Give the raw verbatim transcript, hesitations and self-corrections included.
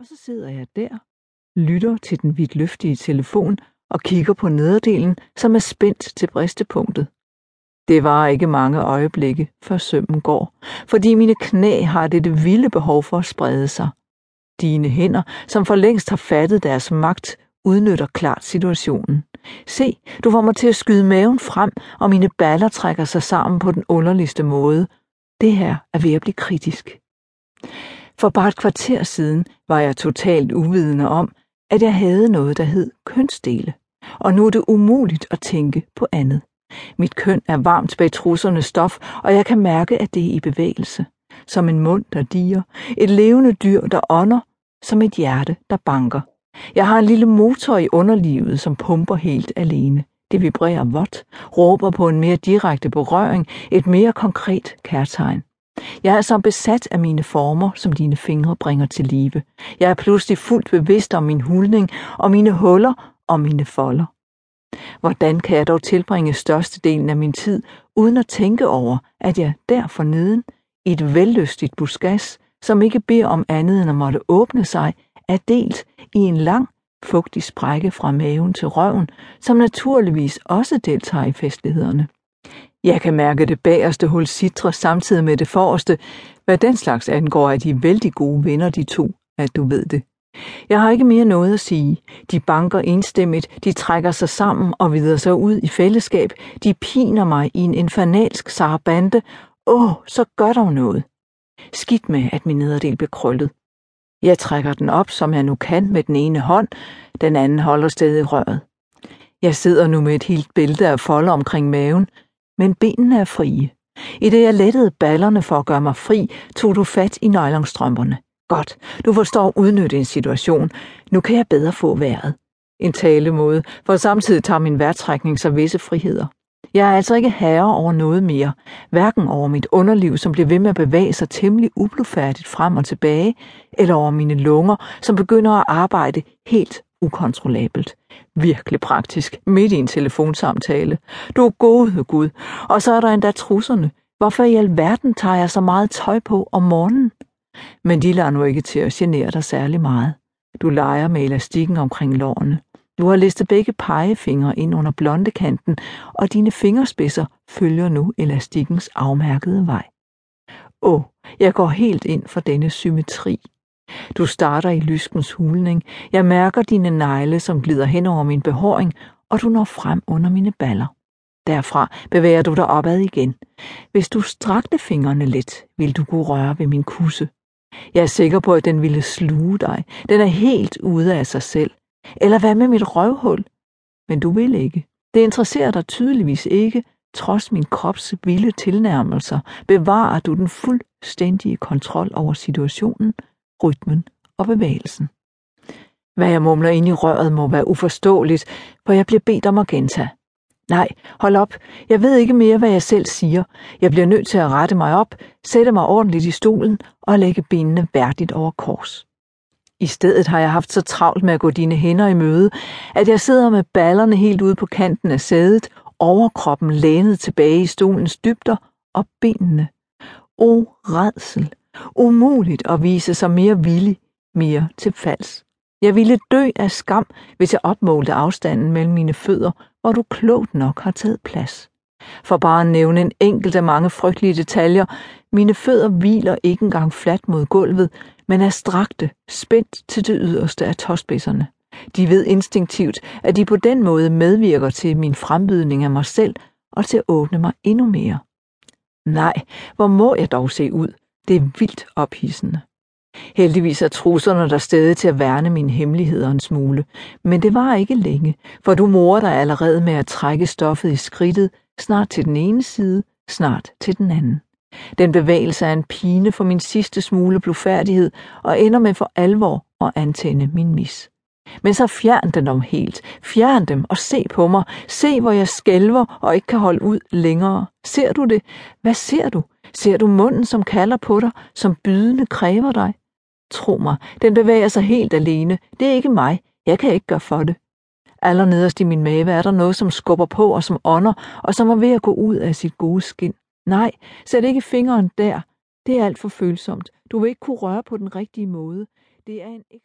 Og så sidder jeg der, lytter til den vidtløftige telefon og kigger på nederdelen, som er spændt til bristepunktet. Det var ikke mange øjeblikke, før sømmen går, fordi mine knæ har dette vilde behov for at sprede sig. Dine hænder, som for længst har fattet deres magt, udnytter klart situationen. Se, du får mig til at skyde maven frem, og mine baller trækker sig sammen på den underligste måde. Det her er ved at blive kritisk. For bare et kvarter siden var jeg totalt uvidende om, at jeg havde noget, der hed kønsdele. Og nu er det umuligt at tænke på andet. Mit køn er varmt bag trussernes stof, og jeg kan mærke, at det er i bevægelse. Som en mund, der diger. Et levende dyr, der ånder. Som et hjerte, der banker. Jeg har en lille motor i underlivet, som pumper helt alene. Det vibrerer vådt, råber på en mere direkte berøring, et mere konkret kærtegn. Jeg er som besat af mine former, som dine fingre bringer til live. Jeg er pludselig fuldt bevidst om min hulning, og mine huller og mine folder. Hvordan kan jeg dog tilbringe størstedelen af min tid, uden at tænke over, at jeg der forneden, i et vellystigt buskas, som ikke beder om andet end at måtte åbne sig, er delt i en lang, fugtig sprække fra maven til røven, som naturligvis også deltager i festlighederne. Jeg kan mærke det bagerste hul sitre samtidig med det forreste. Hvad den slags angår, er de vældig gode venner, de to, at du ved det. Jeg har ikke mere noget at sige. De banker enstemmigt, de trækker sig sammen og videre sig ud i fællesskab. De piner mig i en infernalsk sarabande. Åh, så gør dog noget. Skidt med, at min nederdel bliver krøllet. Jeg trækker den op, som jeg nu kan, med den ene hånd. Den anden holder stadig røret. Jeg sidder nu med et helt bælte af folder omkring maven, men benene er frie. I det jeg lettede ballerne for at gøre mig fri, tog du fat i nylonstrømperne. Godt, du forstår at udnytte en situation. Nu kan jeg bedre få vejret. En talemåde, for samtidig tager min vejrtrækning sig visse friheder. Jeg er altså ikke herre over noget mere, hverken over mit underliv, som bliver ved med at bevæge sig temmelig ublufærdigt frem og tilbage, eller over mine lunger, som begynder at arbejde helt ukontrollabelt. Virkelig praktisk, midt i en telefonsamtale. Du er gode Gud, og så er der endda trusserne. Hvorfor i alverden tager jeg så meget tøj på om morgenen? Men de lader nu ikke til at genere dig særlig meget. Du leger med elastikken omkring lårene. Du har listet begge pegefingre ind under blondekanten, og dine fingerspidser følger nu elastikkens afmærkede vej. Åh, jeg går helt ind for denne symmetri. Du starter i lyskens hulning. Jeg mærker dine negle, som glider hen over min behåring, og du når frem under mine baller. Derfra bevæger du dig opad igen. Hvis du strakte fingrene lidt, vil du kunne røre ved min kusse. Jeg er sikker på, at den ville sluge dig. Den er helt ude af sig selv. Eller hvad med mit røvhul? Men du vil ikke. Det interesserer dig tydeligvis ikke. Trods min krops vilde tilnærmelser bevarer du den fuldstændige kontrol over situationen, rytmen og bevægelsen. Hvad jeg mumler ind i røret må være uforståeligt, for jeg bliver bedt om at gentage. Nej, hold op. Jeg ved ikke mere, hvad jeg selv siger. Jeg bliver nødt til at rette mig op, sætte mig ordentligt i stolen og lægge benene værdigt over kors. I stedet har jeg haft så travlt med at gå dine hænder i møde, at jeg sidder med ballerne helt ude på kanten af sædet, overkroppen lænet tilbage i stolens dybder og benene. O rædsel! Umuligt at vise sig mere villig, mere til falds. Jeg ville dø af skam, hvis jeg opmålte afstanden mellem mine fødder, hvor du klogt nok har taget plads. For bare at nævne en enkelt af mange frygtelige detaljer, mine fødder hviler ikke engang fladt mod gulvet, men er strakte, spændt til det yderste af tåspidserne. De ved instinktivt, at de på den måde medvirker til min frembydning af mig selv og til at åbne mig endnu mere. Nej, hvor må jeg dog se ud? Det er vildt ophidsende. Heldigvis er trusserne der stadig til at værne mine hemmeligheder en smule, men det var ikke længe, for du morer dig allerede med at trække stoffet i skridtet, snart til den ene side, snart til den anden. Den bevægelse er en pine for min sidste smule blufærdighed og ender med for alvor at antænde min mis. Men så fjern den om helt. Fjern dem og se på mig. Se, hvor jeg skælver og ikke kan holde ud længere. Ser du det? Hvad ser du? Ser du munden, som kalder på dig, som bydende kræver dig? Tro mig, den bevæger sig helt alene. Det er ikke mig. Jeg kan ikke gøre for det. Allernederst i min mave er der noget, som skubber på og som ånder, og som er ved at gå ud af sit gode skind. Nej, sæt ikke fingeren der. Det er alt for følsomt. Du vil ikke kunne røre på den rigtige måde. Det er en